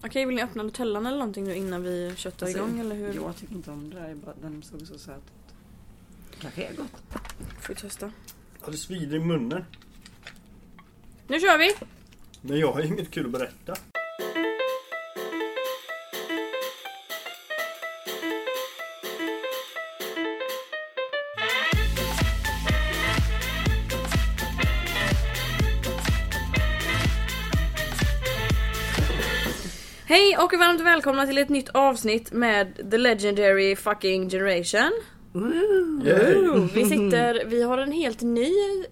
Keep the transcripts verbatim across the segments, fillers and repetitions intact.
Okej, vill ni öppna Nutellan eller någonting nu innan vi köttar alltså, igång eller hur? Jag tycker inte om det där, den såg så söt ut. Kanske är gott. Får vi testa. Ja, det svider i munnen. Nu kör vi! Men jag har inget kul att berätta. Hej och varmt välkomna till ett nytt avsnitt med The Legendary Fucking Generation. Ooh, vi sitter, vi har en helt ny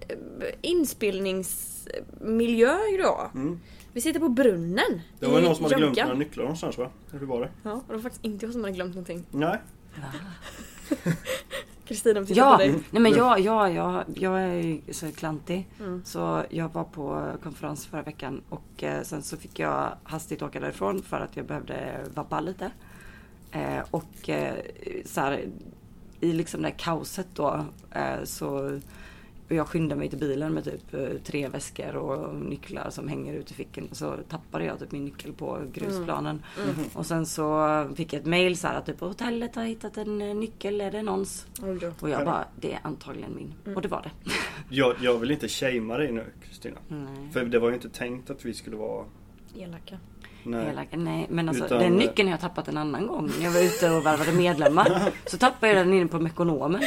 inspelningsmiljö idag. Mm. Vi sitter på brunnen. Det var någon som hade glömt några nycklar någonstans, va? Hur var det? Ja, och det var faktiskt inte jag som hade glömt någonting. Nej. Kristina, tittar ja, på dig. Nej men jag, jag, jag, jag är ju så klantig. Mm. Så jag var på konferens förra veckan. Och eh, sen så fick jag hastigt åka därifrån för att jag behövde vabba lite. Eh, och eh, så här, i liksom det här kaoset då eh, så jag skyndade mig till bilen med typ eh, tre väskor och nycklar som hänger ut i fickan. Så tappade jag typ min nyckel på grusplanen. Mm. Mm. Och sen så fick jag ett mejl så här att typ hotellet har hittat en nyckel, är det någons? Mm. Och jag bara, det är antagligen min. Mm. Och det var det. jag, jag vill inte shamea dig nu, Kristina. För det var ju inte tänkt att vi skulle vara elaka. Nej. Elaka, nej. Men alltså, utan, den nyckeln har jag tappat en annan gång. När jag var ute och värvade medlemmar. Så tappade jag den inne på Mekonomen.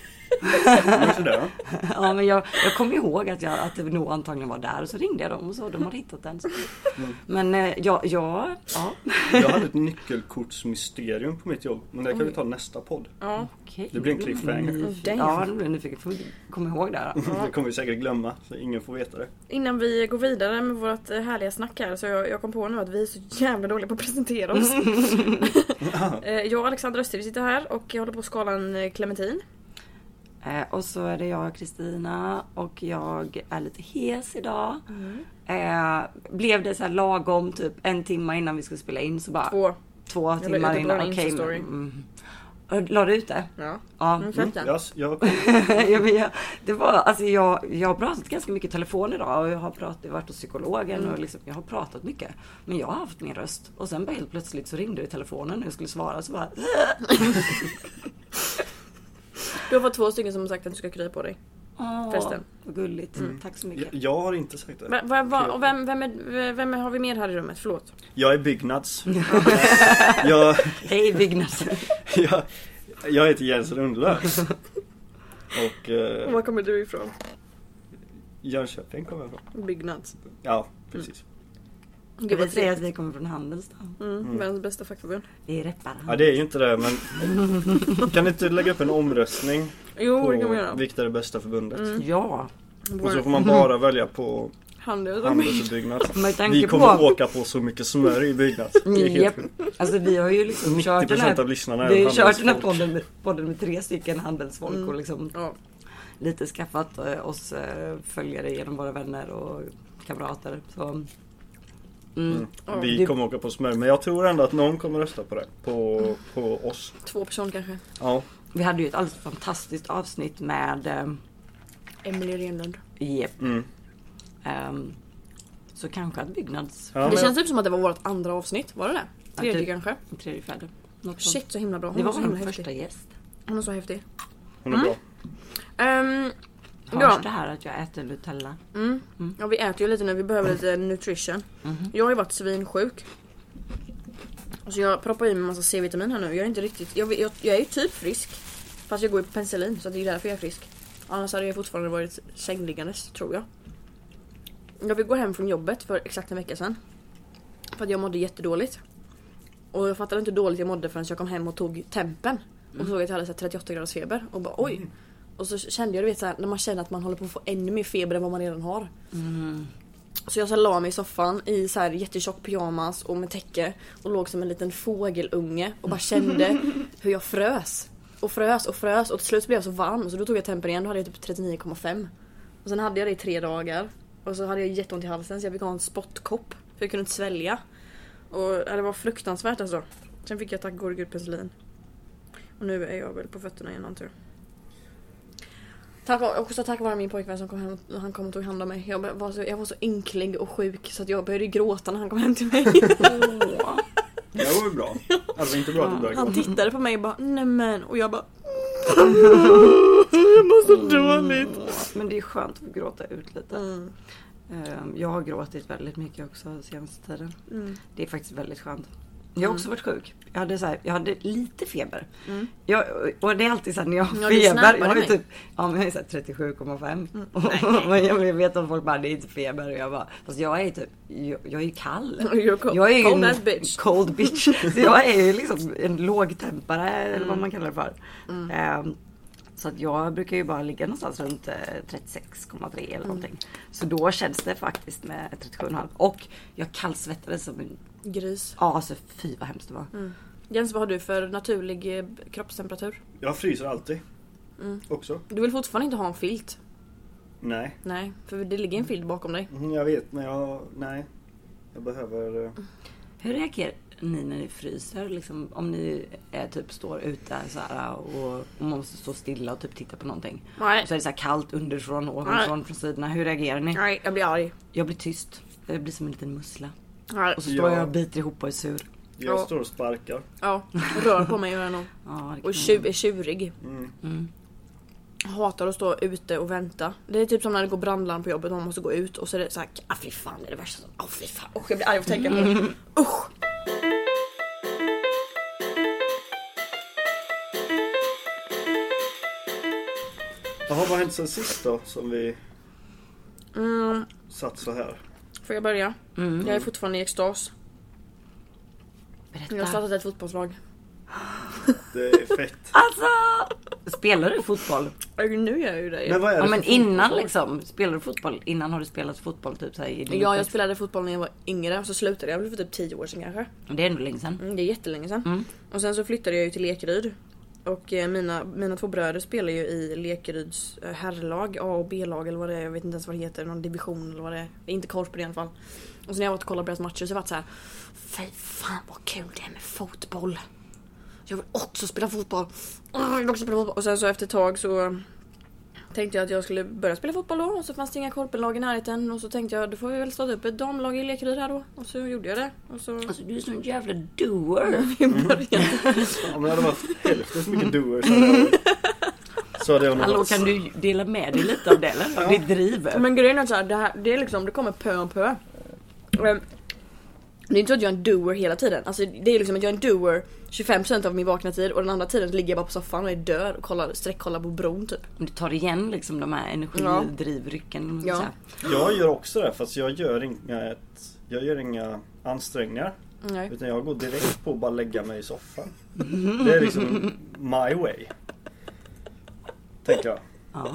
Ja, men jag, jag kom ihåg att, jag, att det nog antagligen var där. Och så ringde jag dem och så de hade hittat den. Mm. Men jag, jag, ja. Jag hade ett nyckelkortsmysterium på mitt jobb. Men det kan vi ta nästa podd. Ja. Okay. Det blir en cliffhanger. Mm. Ja, det blir nyfiken. Får vi komma ihåg det. Ja. Det kommer vi säkert glömma. Så ingen får veta det. Innan vi går vidare med vårt härliga snack här. Så jag, jag kom på nu att vi är så jävla dåliga på att presentera oss. Jag och Alexandra Öster, vi sitter här. Och jag håller på skalan Clementin. Eh, och så är det jag, Kristina, och jag är lite hes idag. Mm. Eh, blev det så här lagom typ en timme innan vi skulle spela in så bara två, två timmar innan. Okej, okay, mm. La du ut det? Ja. Ja. Mm. Mm. Yes, jag... ja, men jag, det var alltså jag jag har pratat ganska mycket telefon idag och jag har pratat varit hos psykologen mm. och liksom jag har pratat mycket. Men jag har haft min röst och sen bara helt plötsligt så ringde det i telefonen och jag skulle svara så bara Du har fått två stycken som har sagt att du ska krya på dig. Åh, förresten. Vad gulligt. Mm. Tack så mycket. Jag, jag har inte sagt det. Va, va, va, och vem, vem, är, vem har vi med här i rummet? Förlåt. Jag är Byggnads. jag, Hej Byggnads. jag, jag heter Jens Rundlös. Och, eh, och var kommer du ifrån? Jönköping kommer jag ifrån. Byggnads. Ja, precis. Mm. Jag vill säga att vi kommer från Handelsstad. Mm, mm. Världens bästa fackförbund. Det är reppar. Ja, det är ju inte det, men kan du inte lägga upp en omröstning jo, på det kan vi göra. vilket är det bästa förbundet? Mm. Ja. Och så får man bara välja på Handels och Byggnads. Vi kommer på... åka på så mycket smör i Byggnads. Yep. Alltså vi har ju liksom kört den här, av lyssnarna vi har kört den här podden med, podden med tre stycken handelsfolk mm. och liksom ja. lite skaffat oss följare genom våra vänner och kamrater. Så... Mm. Mm. Vi du... kommer åka på smör. Men jag tror ändå att någon kommer rösta på det. På, mm. på oss. Två personer kanske. Ja. Vi hade ju ett alldeles fantastiskt avsnitt med um... Emily Renlund. Yep. Mm. Um, så kanske att Byggnads. Ja, det känns typ som att det var vårt andra avsnitt. Var det det? Tredje kanske. Tredje fjärde. Något Shit sånt. Så himla bra. Hon det var, var vår första häftig. Gäst. Hon är så häftig. Hon är mm. bra. Um, Hörs ja. det här att jag äter Nutella? Mm. Mm. Ja, vi äter ju lite nu. Vi behöver lite nutrition. Mm. Jag har ju varit svinsjuk. Så jag proppar i mig en massa C-vitamin här nu. Jag är inte riktigt... Jag, jag, jag är ju typ frisk. Fast jag går ju på penicillin. Så det är därför jag är frisk. Annars hade jag fortfarande varit sängliggandes, tror jag. Jag fick gå hem från jobbet för exakt en vecka sedan. För att jag mådde jättedåligt. Och jag fattade inte hur dåligt jag mådde förrän jag kom hem och tog tempen. Och såg att jag hade så trettioåtta graders feber. Och bara, oj... Och så kände jag, du vet så här, när man känner att man håller på att få ännu mer feber än vad man redan har. Mm. Så jag så la mig i soffan i så här jättetjock pyjamas och med täcke och låg som en liten fågelunge och bara kände hur jag frös. Och frös och frös och till slut blev jag så varm så då tog jag tempen igen, då hade jag typ trettionio komma fem. Och sen hade jag det i tre dagar. Och så hade jag jätteont i halsen så jag fick ha en spottkopp för jag kunde inte svälja. Och det var fruktansvärt alltså. Sen fick jag tack gode gud penicillin. Och nu är jag väl på fötterna igen antar jag. Tack, också tack vare min pojkvän som kom hem och han kom och tog hand om mig. Jag var så, jag var så ynklig och sjuk så att jag började gråta när han kom hem till mig. väl bra? Alltså inte bra att du började Han gråta. tittade på mig och bara, nej men. Och jag bara, det var så dåligt. Men det är skönt att få gråta ut lite. Mm. Jag har gråtit väldigt mycket också senaste tiden. Mm. Det är faktiskt väldigt skönt. Jag har också varit sjuk. Jag hade, så här, jag hade lite feber. Mm. Jag, och det är alltid så här när jag har Ja, du feber. snappade Jag har ju mig. typ, ja men jag är så här trettiosju komma fem. Mm. Och jag vet att folk bara, det är inte feber. Och jag bara, fast jag är typ, jag, jag är ju kall. You're cold, Jag är ju cold en ass bitch. cold bitch. Så jag är ju liksom en lågtempare eller vad man kallar det för. Mm. Ehm, så att jag brukar ju bara ligga någonstans runt eh, trettiosex komma tre eller någonting. Så då känns det faktiskt med trettiosju komma fem. Och jag kallsvettades som en... Gris. Ja, alltså fy vad hemskt det var. Mm. Jens, vad har du för naturlig eh, kroppstemperatur? Jag fryser alltid. Mm. Också. Du vill fortfarande inte ha en filt? Nej. Nej, för det ligger en filt bakom dig. Mm, jag vet, men jag... Nej. Jag behöver... eh, Hur reagerar ni när ni fryser? Liksom, om ni är, typ står ute så här, och, och man måste stå stilla och typ titta på någonting. Nej. Och så är det så här kallt underifrån och ovanifrån från sidorna. Hur reagerar ni? Nej, jag blir arg. Jag blir tyst. Jag blir som en liten mussla. Nej. Och så står Ja. jag och biter ihop och är sur. Jag Ja. står och sparkar. Ja, rör på mig gör jag nog. Ja, det kan Och jag tju- göra. är tjurig. Mm. Mm. Jag hatar att stå ute och vänta. Det är typ som när det går brandlarm på jobbet och man måste gå ut och så är det så här, ah fy fan det är det värsta som, ah fy fan, usch jag blir arg av att tänka på det. Usch! Jaha, vad har hänt sen sist då? Som vi Mm, satt så här. får jag börja? Mm. Jag är fortfarande i extas. Jag har Berätta. startat ett fotbollslag. Det är fett. Alltså! Spelar du fotboll? Och nu gör jag ju det. Men vad är det Ja, för men innan fotbollslag? liksom. Spelar du fotboll? Innan har du spelat fotboll typ så här, i din Ja, jag uppväxt? spelade fotboll när jag var yngre och så slutade jag väl för typ tio år sedan kanske. Det är ändå länge sedan. Mm, det är jättelänge sedan. Mm. Och sen så flyttade jag ju till Lekeryd. Och eh, mina, mina två bröder spelar ju i Lekeryds eh, herrlag, A och B-lag eller vad det är. Jag vet inte ens vad det heter, någon division eller vad det är. Det är inte koll på det i alla fall. Och sen när jag var och kollade på deras matcher så har jag varit så här: fy fan vad kul det är med fotboll. Jag vill också spela fotboll. Jag vill också spela fotboll. Och sen så efter ett tag så tänkte jag att jag skulle börja spela fotboll då. Och så fanns det inga korpenlag i närheten. Och så tänkte jag, då får vi väl starta upp ett damlag i Lekeryd här då. Och så gjorde jag det. Och så Alltså du är sån jävla doer. i början. Ja, men jag hade varit hälften så mycket doers. Så hade jag- Så hade jag nog Hallå, varit- kan du dela med dig lite av det eller? Ja. Ditt driv. Men grejen är så här, det, här, det är liksom, det kommer pö om pö. Ehm, Det är inte så att jag är en doer hela tiden. Alltså det är liksom att jag är en doer tjugofem procent av min vakna tid och den andra tiden ligger jag bara på soffan och är död och kollar, sträckkollar på bron typ. Du tar igen liksom de här energidrivrycken. Ja. Ja. Jag gör också det, fast jag gör inga, ett, jag gör inga ansträngningar. Nej. Utan jag går direkt på att bara lägga mig i soffan. Det är liksom my way. Tänker jag. Ja.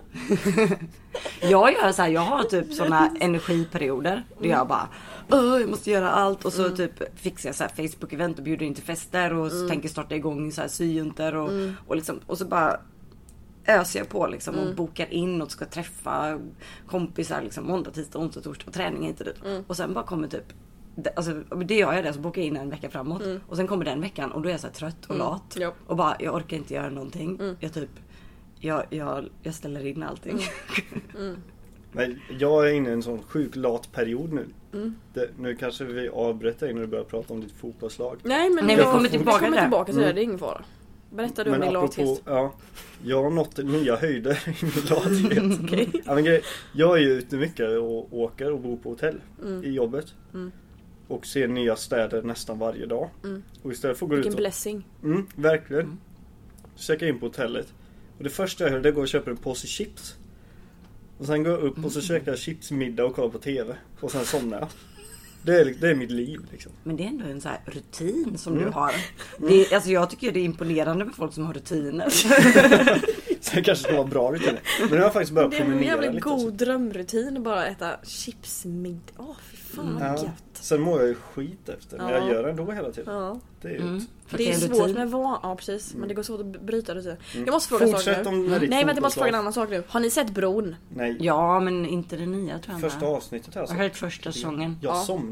Jag gör så här, jag har typ såna energiperioder där jag bara Åh, jag måste göra allt och så Mm. typ fixar jag så här Facebook-event och bjuder in till fester och så tänker starta igång så här syjuntor och, Mm. och liksom och så bara öser jag på liksom Mm. och bokar in och ska träffa kompisar liksom måndag, tisdag, onsdag, torsdag på träning inte dit. Mm. Och sen bara kommer typ det- alltså det gör jag det så bokar jag in en vecka framåt Mm. och sen kommer den veckan och då är jag så här trött och Mm. lat Ja. och bara jag orkar inte göra någonting. Mm. Jag typ jag, jag, jag ställer in allting. Mm. Men jag är inne i en sån sjuk lat period nu. Mm. Det, nu kanske vi avbryter dig när du börjar prata om ditt fotbollslag. Nej men Nej, vi jag, kommer tillbaka vi kommer till det. tillbaka till det, Mm. det är ingen fara. Berätta du om Men din apropå, lathet. ja, jag har nått nya höjder i min lathet. Okej. Ja, men grej, jag är ju ute mycket och åker och bor på hotell Mm. i jobbet. Mm. Och ser nya städer nästan varje dag. Mm. Och istället för att gå ut Vilken och... blessing. Mm, verkligen. Mm. Checkar in på hotellet. Och det första jag gör det är att gå och köpa en påse chips. Och sen går jag upp och så käkar jag chipsmiddag och kollar på tv. Och sen somnar jag. Det är, det är mitt liv liksom. Men det är ändå en så här rutin som Mm. du har. Det, alltså jag tycker det är imponerande med folk som har rutiner. Så det kanske ska vara bra rutiner. Men nu har jag faktiskt börjat Det är en promenera jävligt lite. god drömrutin att bara äta chipsmiddag. Åh fy fan vad Ja. gött. Sen mår jag ju skit efter. Men Ja. jag gör det ändå hela tiden. Ja. Det är ju Mm. ett- För Det är en svårt rutin. med van... Ja precis, men Mm. det går svårt att bryta det. Mm. Jag måste fråga en sak Fortsätt nu. om med ditt Nej men jag måste fråga en fotbollslag. annan sak nu. Har ni sett Bron? Nej. Ja, men inte det nya tror jag Första inte. avsnittet här. Jag har hört första säsongen. Jag Ja. somnade.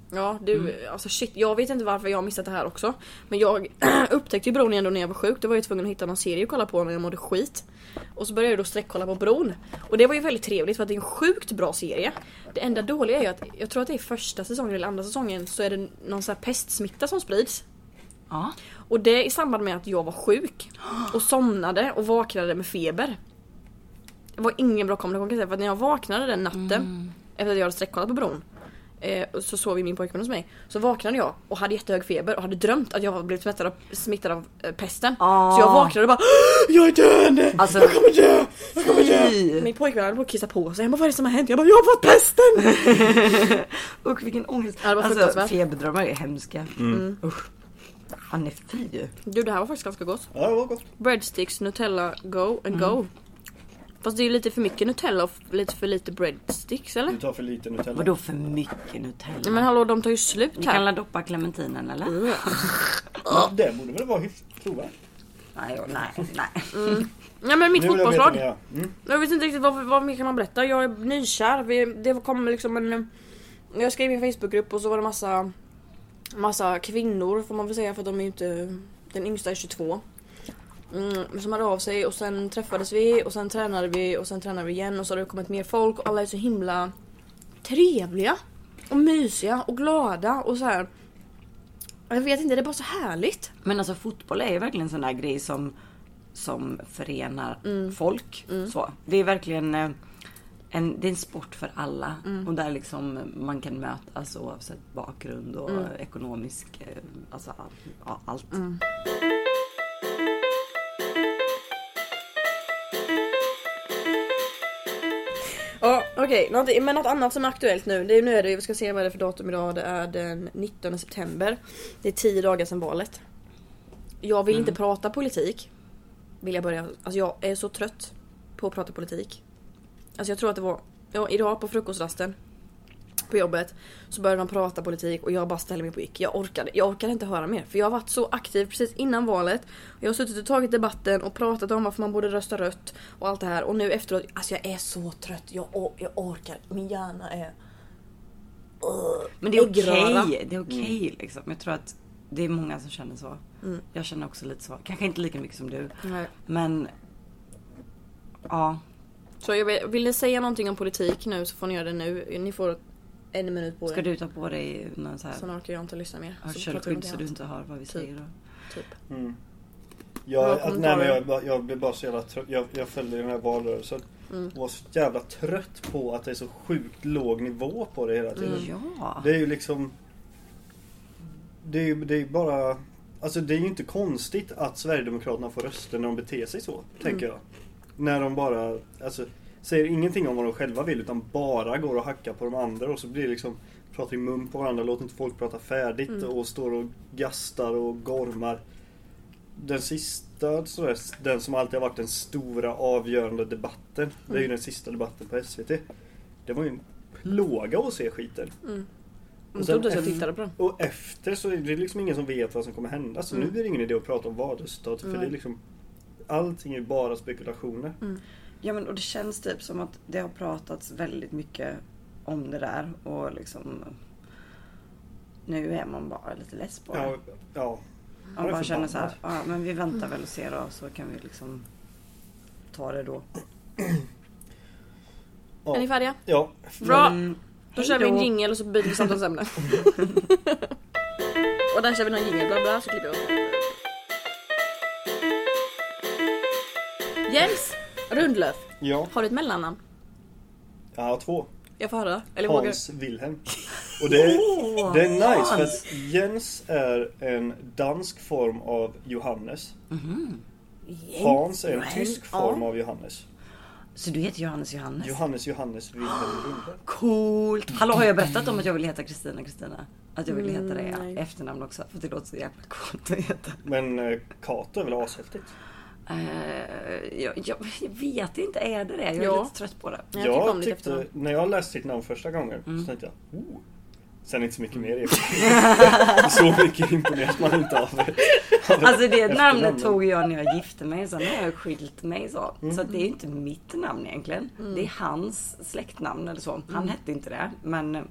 Ja, du, mm. alltså shit, jag vet inte varför jag har missat det här också. Men jag upptäckte ju Bron igen då när jag var sjuk. Då var jag tvungen att hitta någon serie att kolla på när jag mådde skit. Och så började jag då sträckkolla på Bron. Och det var ju väldigt trevligt för att det är en sjukt bra serie. Det enda dåliga är ju att, jag tror att det är första säsongen eller andra säsongen, så är det någon sån här pestsmitta som sprids. Ja. Och det i samband med att jag var sjuk och somnade och vaknade med feber. Det var ingen bra kombination kan jag säga, för att när jag vaknade den natten mm. efter att jag hade sträckkollat på Bron, eh, så sov ju min pojkvän hos mig. Så vaknade jag och hade jättehög feber och hade drömt att jag var blivit smittad av, smittad av eh, pesten. Ah. Så jag vaknade och bara jag är död! Alltså, jag kommer dö! Jag kommer dö! Min pojkvän hade på att kissa på sig. Jag bara, vad är det som har hänt? Jag bara, jag har fått pesten! Och vilken ångest. Ja, alltså feberdrömmar är hemska. Mm. Usch. Han är fy. Du, det här var faktiskt ganska gott. Ja, det var gott. Breadsticks, Nutella, go and mm. go. Fast det är ju lite för mycket Nutella och lite för lite breadsticks, eller? Du tar för lite Nutella. Vadå för mycket Nutella? Men hallå, de tar ju slut här. Vi kan la doppa clementinen, eller? Mm. Ja, det borde väl vara hyfsat trovärdigt. Nej, nej, nej. Mm. Ja, men mitt fotbollslag. Jag, mm. jag vet inte riktigt vad, vad mer kan man berätta. Jag är nykär. Vi, det kom liksom en... Jag skrev i en Facebookgrupp och så var det massa... Massa kvinnor får man väl säga, för de är ju inte... Den yngsta är tjugotvå. Mm, som hade av sig och sen träffades vi och sen tränade vi och sen tränade vi igen och så har det kommit mer folk och alla är så himla trevliga och mysiga och glada och så här. Jag vet inte, det är bara så härligt. Men alltså fotboll är ju verkligen en sån där grej som som förenar mm. folk. Mm. Så. Det är verkligen en, det är en sport för alla mm. och där liksom man kan mötas oavsett bakgrund och mm. ekonomisk, alltså all, allt. Mm. Ja, okej. Okay. Men något annat som är aktuellt nu. Det är, nu är det, vi ska se vad det är för datum idag. Det är den nittonde september. Det är tio dagar sedan valet. Jag vill mm. inte prata politik. Vill jag börja. Alltså jag är så trött på att prata politik. Alltså jag tror att det var ja, idag på frukostrasten på jobbet så började de prata politik och jag bara ställde mig på gick. Jag orkade, jag orkade inte höra mer. För jag har varit så aktiv precis innan valet. Jag har suttit och tagit debatten och pratat om varför man borde rösta rött och allt det här. Och nu efteråt, alltså jag är så trött. Jag, jag orkar, min hjärna är... Uh, Men det är okej, okay. det är okej okay, mm. liksom. Jag tror att det är många som känner så. Mm. Jag känner också lite så. Kanske inte lika mycket som du. Nej. Men... Ja. Så jag vill, vill ni säga någonting om politik nu så får ni göra det nu. Ni får en minut på det. Ska du ta på dig någon så här... Så orkar jag inte lyssna mer. Hörselskydd så, så du inte hör vad vi typ. säger då. Typ. Mm. Jag, att, nej, men jag, jag blev bara så jävla trött. Jag, jag följde den här valrörelsen. Mm. Och var så jävla trött på att det är så sjukt låg nivå på det hela tiden. Mm. Ja. Det är ju liksom... Det är ju det är bara... Alltså det är ju inte konstigt att Sverigedemokraterna får röster när de beter sig så, mm. tänker jag. När de bara... Alltså, säger ingenting om vad de själva vill utan bara går och hackar på de andra och så blir det liksom... Pratar i mun på varandra, låter inte folk prata färdigt mm. och står och gastar och gormar. Den sista, sådär, den som alltid har varit den stora avgörande debatten, mm. det är ju den sista debatten på S V T. Det var ju en plåga att se skiten. Mm. Och, sen jag tittade på den. Och efter så är det liksom ingen som vet vad som kommer hända. Så mm. nu är det ingen idé att prata om valresultat. För mm. det är liksom, allting är bara spekulationer. Mm. Ja, men och det känns typ som att det har pratats väldigt mycket om det där. Och liksom nu är man bara lite less på det. Ja, ja. Man bara känner så här, ja, men vi väntar väl och ser då, så kan vi liksom ta det då. Ja. Är ni färdiga? Ja. Bra. Mm. Då kör vi en jingle och så byter vi samtalsämne. Och där kör vi någon jingle, bla bla, så klipper jag. Jens Rundlöf. Ja. Har du ett mellannamn? Jag har två. Jag får höra. Eller Hans vågar. Wilhelm. Och det är, oh, det är nice för att Jens är en dansk form av Johannes. Mm-hmm. Hans är en Jens. tysk form ja. av Johannes. Så du heter Johannes Johannes? Johannes Johannes Wilhelm Rundlöf. Coolt! Hallå, har jag berättat om att jag vill heta Kristina Kristina? Att jag vill heta det mm, efternamn också. För det låter så jävla coolt att heta. Men uh, Kato är väl ashäftigt? Uh, jag, jag, jag vet inte, är det det? Jag är ja. lite trött på det. Jag, jag tyckte, när jag läste sitt namn första gången mm. så tänkte jag, oh. Sen inte så mycket mer. Så mycket imponeras man inte av. Alltså det namnet tog jag när jag gifte mig. Sen har jag skilt mig så. Mm. Så det är ju inte mitt namn egentligen. Mm. Det är hans släktnamn eller så. Han mm. hette inte det. Men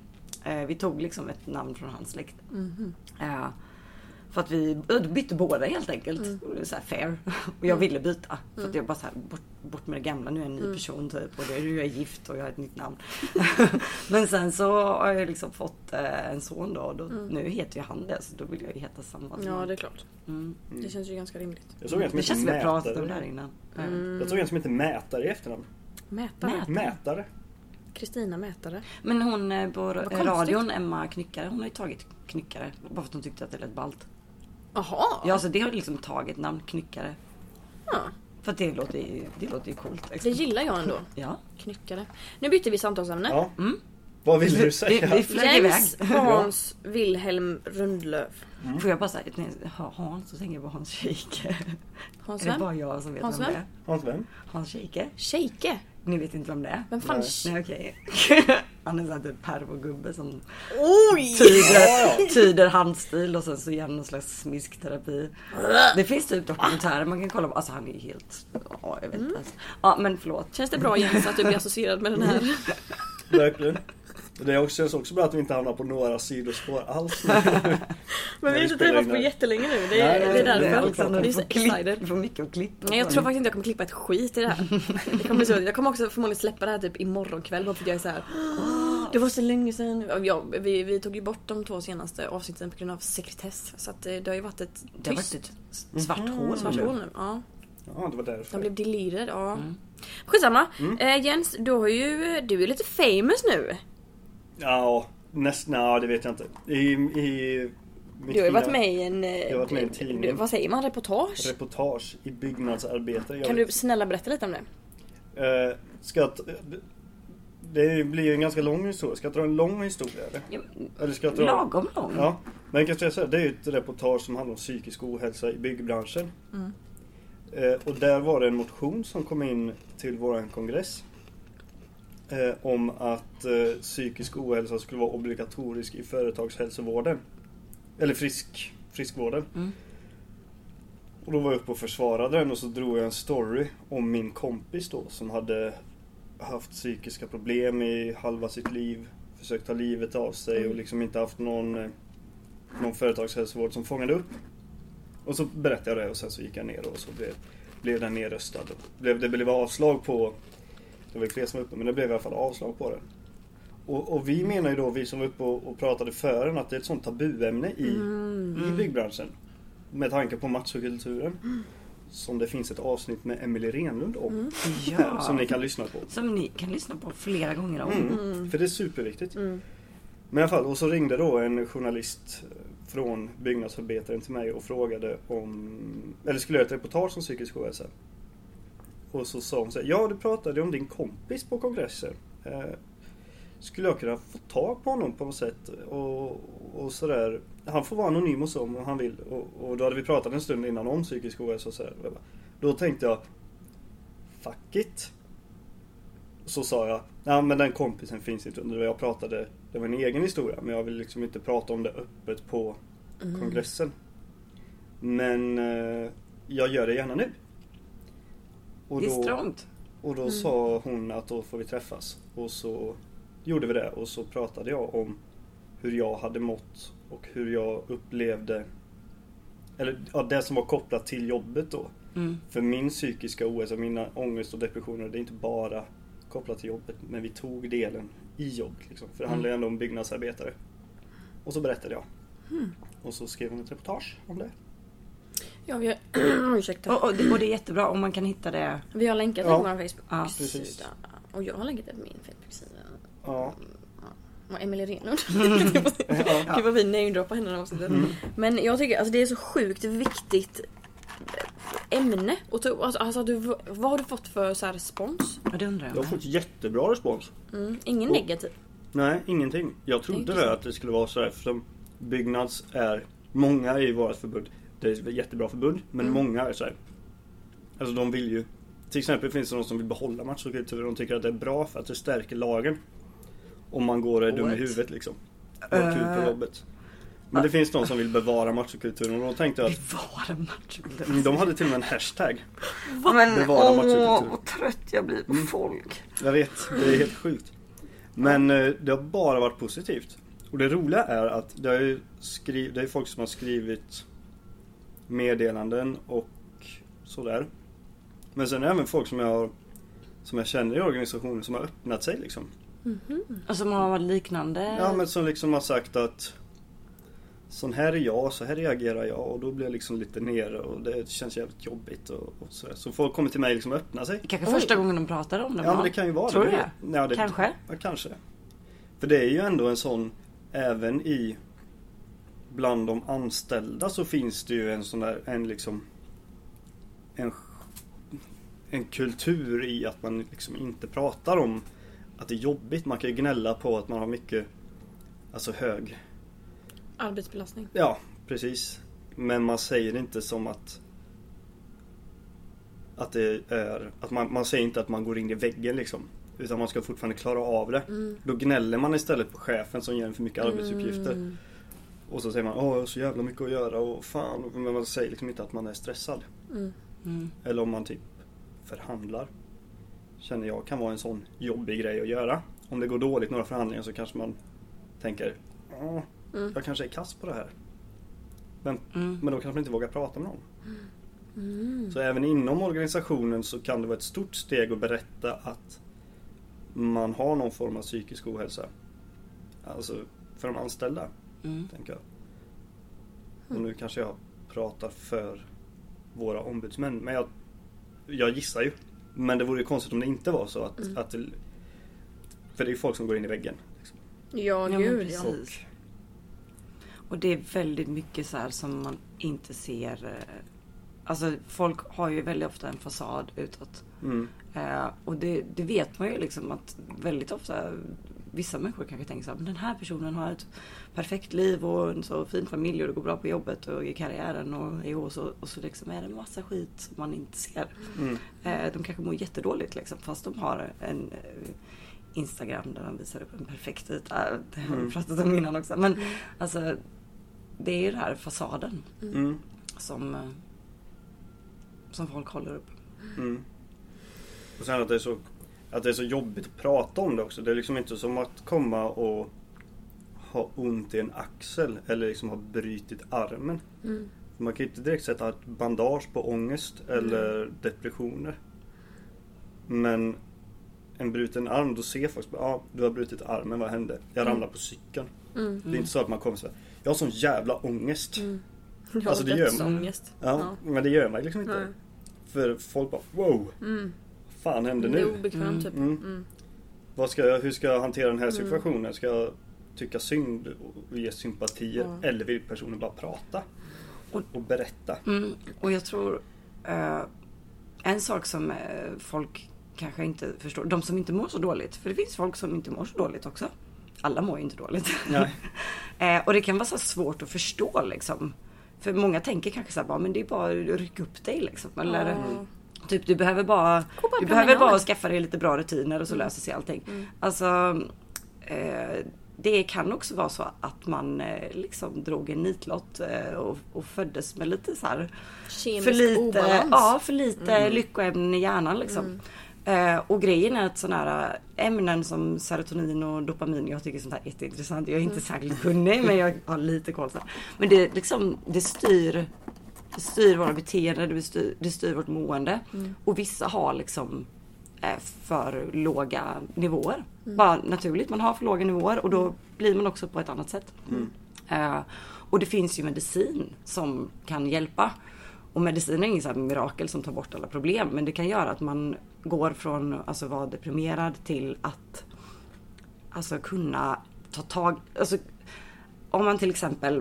Eh, vi tog liksom ett namn från hans släkt. Mm. Eh, för att vi bytte båda helt enkelt. Mm. Så här fair. Och jag ville byta. För att jag bara så här, bort, bort med det gamla. Nu är jag en ny Mm. person typ. Och det är jag är gift och jag har ett nytt namn. Men sen så har jag liksom fått eh, en son då. Och då Mm. nu heter ju han det. Så då vill jag ju heta samma. Ja, det är klart. Mm. Det känns ju ganska rimligt. Jag såg en som Det heter känns som vi har pratat om det Mätare. här innan. Mm. Jag såg en som heter Mätare i efternamn. Mätare. Mätare. Mätare. Kristina Mätare. Men hon eh, på Vad konstigt. radion, Emma Knyckare, hon har ju tagit Knyckare. Bara för att hon tyckte att det lät ballt. Jaha. Ja, alltså det har liksom tagit namn Knyckare. Ja. För att det låter ju, det låter ju coolt. Det Liksom. gillar jag ändå. Ja. Knyckare. Nu byter vi samtalsämne. Ja. Mm. Vad vill du Vi, säga? vi flög Jens iväg. Hans Wilhelm Rundlöf. Får jag bara säga, när jag hör Hans så tänker jag på Hans Scheike. Hans Är det vem? bara jag som vet Hans vem det vem? är? Hans vem? Hans Scheike. Scheike. Ni vet inte vem det är? Vem fan? Nej. Nej, okej. Han är sån här pervogubbe som Oj! tyder, tyder handstil och sen så gör någon slags smiskterapi. Det finns typ dokumentärer man kan kolla på. Alltså han är ju helt... Ja, jag vet inte ens. Ja, men förlåt. Känns det bra Jens att du blir associerad med den här? Verkligen. Det också, känns också bra att vi inte hamnar på några sidospår alls. Men vi har vi inte spelar träffats in på det. jättelänge nu. Det är, Nej, det är det är därför. Alexander, Vi är du så får, klipp, excited. du får mycket att klippa. Nej, jag tror faktiskt inte jag kommer klippa ett skit i det här. Det kommer bli så, jag kommer också förmodligen släppa det här typ imorgon kväll bara för att jag är så här. Det var så länge sedan. Ja, vi, vi tog ju bort de två senaste avsnitten på grund av sekretess. Så att det, det har ju varit ett Det har varit tyst ett svart hål. svart hål nu. Ja, Ja, det var därför. de blev deleted. Ja. Mm. Skitsamma. Mm. Eh, Jens, du har ju, du är lite famous nu. Ja, nästan, nej, det vet jag inte. I, i mitt Du har ju varit fina med i en... eh, Jag har varit med i en tidning. du- Vad säger man? Reportage? reportage i Byggnadsarbetare. Jag Kan du snälla berätta lite om det? Eh, ska jag, t- det blir ju en ganska lång historia. Ska jag dra en lång historia eller? Ja, Eller ska jag dra... lagom lång. Ja, men kan jag säga, det är ju ett reportage som handlar om psykisk ohälsa i byggbranschen. Mm. Eh, och där var det en motion som kom in till våran kongress. Eh, om att eh, psykisk ohälsa skulle vara obligatorisk i företagshälsovården. Eller frisk, friskvården. Mm. Och då var jag uppe och försvarade den och så drog jag en story om min kompis då som hade haft psykiska problem i halva sitt liv. Försökt ta livet av sig Mm. och liksom inte haft någon, eh, någon företagshälsovård som fångade upp. Och så berättade jag det och sen så gick jag ner och så blev, blev den nedröstad. Blev, det blev avslag på, det var fler som var uppe men det blev i alla fall avslag på den. Och, och vi menar ju då, vi som var uppe och, och pratade för den, att det är ett sånt tabuämne i, Mm. i byggbranschen. Med tanke på machokulturen. Mm. Som det finns ett avsnitt med Emelie Renlund om. Mm. Ja. Som ni kan lyssna på. Som ni kan lyssna på flera gånger om. Mm. Mm. För det är superviktigt. Mm. Men i alla fall, och så ringde då en journalist från Byggnadsarbetaren till mig och frågade om, eller skulle göra ett reportage om psykisk ohälsa. Och så sa hon så här, ja du pratade om din kompis på kongressen. Eh, skulle jag kunna få tag på honom på något sätt och, och sådär. Han får vara anonym och så om han vill. Och, och då hade vi pratat en stund innan om psykisk ohälsa och sådär. Då tänkte jag, fuck it. Så sa jag, ja men den kompisen finns inte under det jag pratade. Det var en egen historia men jag vill liksom inte prata om det öppet på Mm. kongressen. Men eh, jag gör det gärna nu. Och Det är då, strångt. och då Mm. sa hon att då får vi träffas. Och så gjorde vi det och så pratade jag om hur jag hade mått och hur jag upplevde, eller ja, det som var kopplat till jobbet då. Mm. För min psykiska ohälsa, mina ångest och depressioner, det är inte bara kopplat till jobbet, men vi tog delen i jobbet liksom. För det handlar ju ändå om byggnadsarbetare. Och så berättade jag. Mm. Och så skrev hon ett reportage om det. Ja, vi har... Ursäkta. Och, och, det, och det är jättebra om man kan hitta det. Vi har länkat det Ja. på vår Facebook-sida. Ja, precis. Och jag har länkat det på min Facebook-sida. Ja. Och Emelie Renlund. Ja. Gud vad vi namedroppar henne i avsnittet. Mm. Men jag tycker alltså det är så sjukt viktigt ämne. Och to, alltså, alltså, du, vad har du fått för så här respons? Ja, det undrar jag Jag har med. fått jättebra respons. Mm, ingen Och- negativ. Nej, ingenting. Jag trodde Inte det så. att det skulle vara så här, för Byggnads är många i vårt förbund. Det är ett jättebra förbund, men Mm. många är så här. Alltså de vill ju, till exempel finns det någon som vill behålla machokulturen. De tycker att det är bra för att det stärker lagen. Om man går och är dum i What? huvudet liksom. Och har kul på Eh. jobbet. Men det finns de som vill bevara machokulturen och då tänkte jag att Bevara machokultur. mm, de hade till och med en hashtag. Men Bevara åh, machokultur. vad trött jag blir på Mm. folk. Jag vet, det är helt sjukt. Men eh, det har bara varit positivt. Och det roliga är att det är, ju skriv, det är folk som har skrivit meddelanden och sådär. Men sen är det även folk som jag, har, som jag känner i organisationen som har öppnat sig liksom. Mm-hmm. Och som har varit liknande? Ja, men som liksom har sagt att sån här är jag, så här reagerar jag, och då blir jag liksom lite nere och det känns jävligt jobbigt och, och sådär. Så folk kommer till mig liksom och öppnar sig. Kanske första Oj. gången de pratar om det. Ja, men det kan ju vara Tror det. du det? Ja, det kanske? Ja, kanske. För det är ju ändå en sån, även i bland de anställda så finns det ju en sån där, en liksom en, en kultur i att man liksom inte pratar om att det är jobbigt. Man kan ju gnälla på att man har mycket, alltså hög arbetsbelastning. Ja, precis. Men man säger det inte som att att det är att man, man säger inte att man går in i väggen liksom, utan man ska fortfarande klara av det. Mm. Då gnäller man istället på chefen som ger en för mycket mm. arbetsuppgifter. Och så säger man, åh jag har så jävla mycket att göra och fan, men man säger liksom inte att man är stressad. Mm. Mm. Eller om man typ förhandlar, känner jag kan vara en sån jobbig grej att göra. Om det går dåligt några förhandlingar så kanske man tänker, åh mm. jag kanske är kass på det här. Men, mm. men då kanske man inte vågar prata med någon. Mm. Så även inom organisationen så kan det vara ett stort steg att berätta att man har någon form av psykisk ohälsa. Alltså för de anställda, mm. tänker jag. Och nu kanske jag pratar för våra ombudsmän, men jag, jag gissar ju. Men det vore ju konstigt om det inte var så att, mm. att det, för det är ju folk som går in i väggen. Liksom. Ja, ja gud, ja. Och, och det är väldigt mycket så här som man inte ser. Alltså folk har ju väldigt ofta en fasad utåt. Mm. Eh, och det, det vet man ju liksom att väldigt ofta vissa människor kanske tänker så här, men den här personen har ett perfekt liv och en så fin familj och det går bra på jobbet och i karriären och, och, så, och så liksom är det en massa skit som man inte ser. Mm. Eh, de kanske mår jättedåligt liksom, fast de har en eh, Instagram där de visar upp en perfekt yta. Det har vi mm. pratat om innan också. Men mm. alltså, det är ju den här fasaden mm. som, som folk håller upp. Mm. Och sen att det är så att det är så jobbigt att prata om det också. Det är liksom inte som att komma och ha ont i en axel eller liksom ha brytit armen. Mm. Man kan inte direkt sätta ett bandage på ångest eller mm. depressioner. Men en bruten arm, då ser folk ja, ah, du har brutit armen, vad hände? Jag mm. ramlar på cykeln. Mm. Det är inte så att man kommer så här, jag har sån jävla ångest. Mm. Jag alltså, det gör man. Ja, ja, men det gör man liksom inte. Nej. För folk bara, wow. Mm. Fan händer nu? Det är obekvämt mm. typ. Mm. Mm. Vad ska jag, hur ska jag hantera den här situationen? Mm. Ska jag tycka synd och ge sympatier? Ja. Eller vill personen bara prata och, och berätta? Mm. Och jag tror uh, en sak som uh, folk kanske inte förstår, de som inte mår så dåligt, för det finns folk som inte mår så dåligt också. Alla mår ju inte dåligt. Nej. uh, och det kan vara så svårt att förstå liksom. För många tänker kanske så här, bara, men det är bara att rycka upp dig liksom. Eller, mm. Typ du behöver bara Kopa du behöver bara skaffa dig lite bra rutiner och så mm. löser sig allting. Mm. Alltså eh, det kan också vara så att man eh, liksom drog en nitlott eh, och, och föddes med lite så här kemisk för lite obalans. Ja, för lite mm. lyckoämnen i hjärnan liksom. Mm. Eh, och grejen är att sådana här ämnen som serotonin och dopamin, jag tycker sånt här är jätteintressant. Jag är inte mm. särskilt kunnig men jag har lite koll så. Men det liksom det styr Det styr våra beteenden, det styr, det styr vårt mående. Mm. Och vissa har liksom eh, för låga nivåer. Mm. Bara naturligt, man har för låga nivåer och då blir man också på ett annat sätt. Mm. Eh, och det finns ju medicin som kan hjälpa. Och medicin är ingen så här mirakel som tar bort alla problem. Men det kan göra att man går från att alltså, vara deprimerad till att alltså, kunna ta tag... Alltså, om man till exempel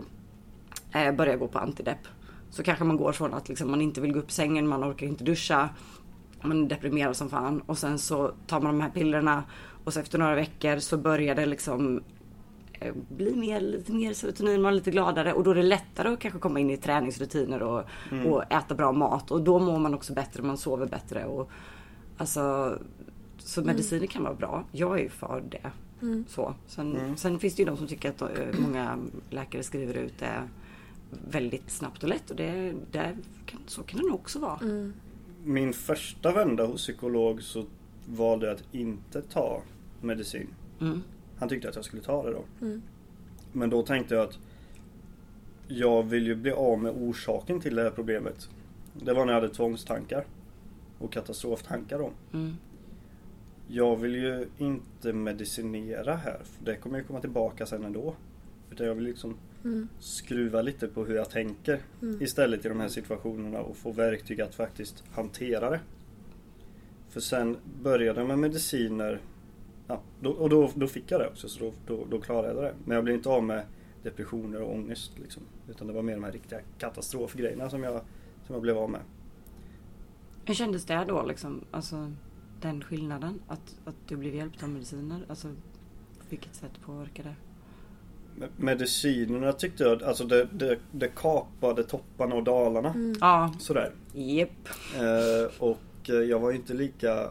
eh, börjar gå på antidepp. Så kanske man går från att liksom, man inte vill gå upp sängen, man orkar inte duscha, man är deprimerad som fan. Och sen så tar man de här pillerna och så efter några veckor så börjar det liksom eh, bli mer, lite mer serotonin, man är lite gladare. Och då är det lättare att kanske komma in i träningsrutiner och, mm. och äta bra mat. Och då mår man också bättre, man sover bättre. Och, alltså, så mediciner mm. kan vara bra. Jag är ju för det. Mm. Så. Sen, mm. sen finns det ju de som tycker att uh, många läkare skriver ut det. Uh, väldigt snabbt och lätt och det, det kan, så kan det nog också vara. Mm. Min första vända hos psykolog så valde jag att inte ta medicin. Mm. Han tyckte att jag skulle ta det då. Mm. Men då tänkte jag att jag vill ju bli av med orsaken till det här problemet. Det var när jag hade tvångstankar och katastroftankar då. Mm. Jag vill ju inte medicinera här, för det kommer ju komma tillbaka sen ändå. Utan jag vill liksom mm. skruva lite på hur jag tänker mm. istället i de här situationerna och få verktyg att faktiskt hantera det. För sen började jag med mediciner, ja, då, och då, då fick jag det också, så då, då, då klarade jag det. Men jag blev inte av med depressioner och ångest liksom, utan det var mer de här riktiga katastrofgrejerna som jag, som jag blev av med. Hur kändes det då liksom, alltså den skillnaden, att, att du blev hjälpt av mediciner, alltså på vilket sätt påverkade det? Medicinerna tyckte jag, alltså det, det, det kapade topparna och dalarna. Mm. Ja. Sådär. Japp. Eh, och jag var inte lika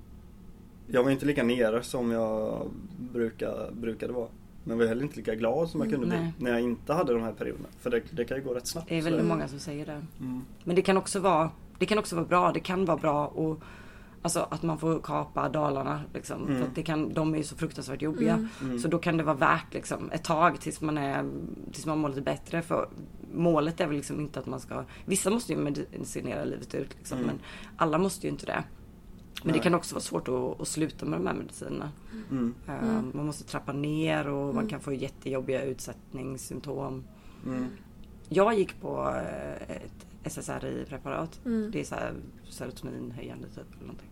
jag var inte lika nere som jag brukar, brukade vara. Men var heller inte lika glad som jag kunde mm, bli nej. när jag inte hade de här perioderna. För det, det kan ju gå rätt snabbt. Det är väldigt många som säger det. Mm. Men det kan också vara det kan också vara bra. Det kan vara bra och alltså att man får kapa dalarna liksom, mm. för att det kan, de är ju så fruktansvärt jobbiga. Mm. Mm. Så då kan det vara värt liksom, ett tag tills man är tills man mår lite bättre, för målet är väl liksom inte att man ska, vissa måste ju medicinera livet ut liksom, mm. men alla måste ju inte det. Men Nej. Det kan också vara svårt att, att sluta med de här medicinerna. Mm. Uh, man måste trappa ner och mm. man kan få jättejobbiga utsättningssymptom. Mm. Jag gick på ett S S R I-preparat. Mm. Det är så här serotoninhöjande typ eller någonting.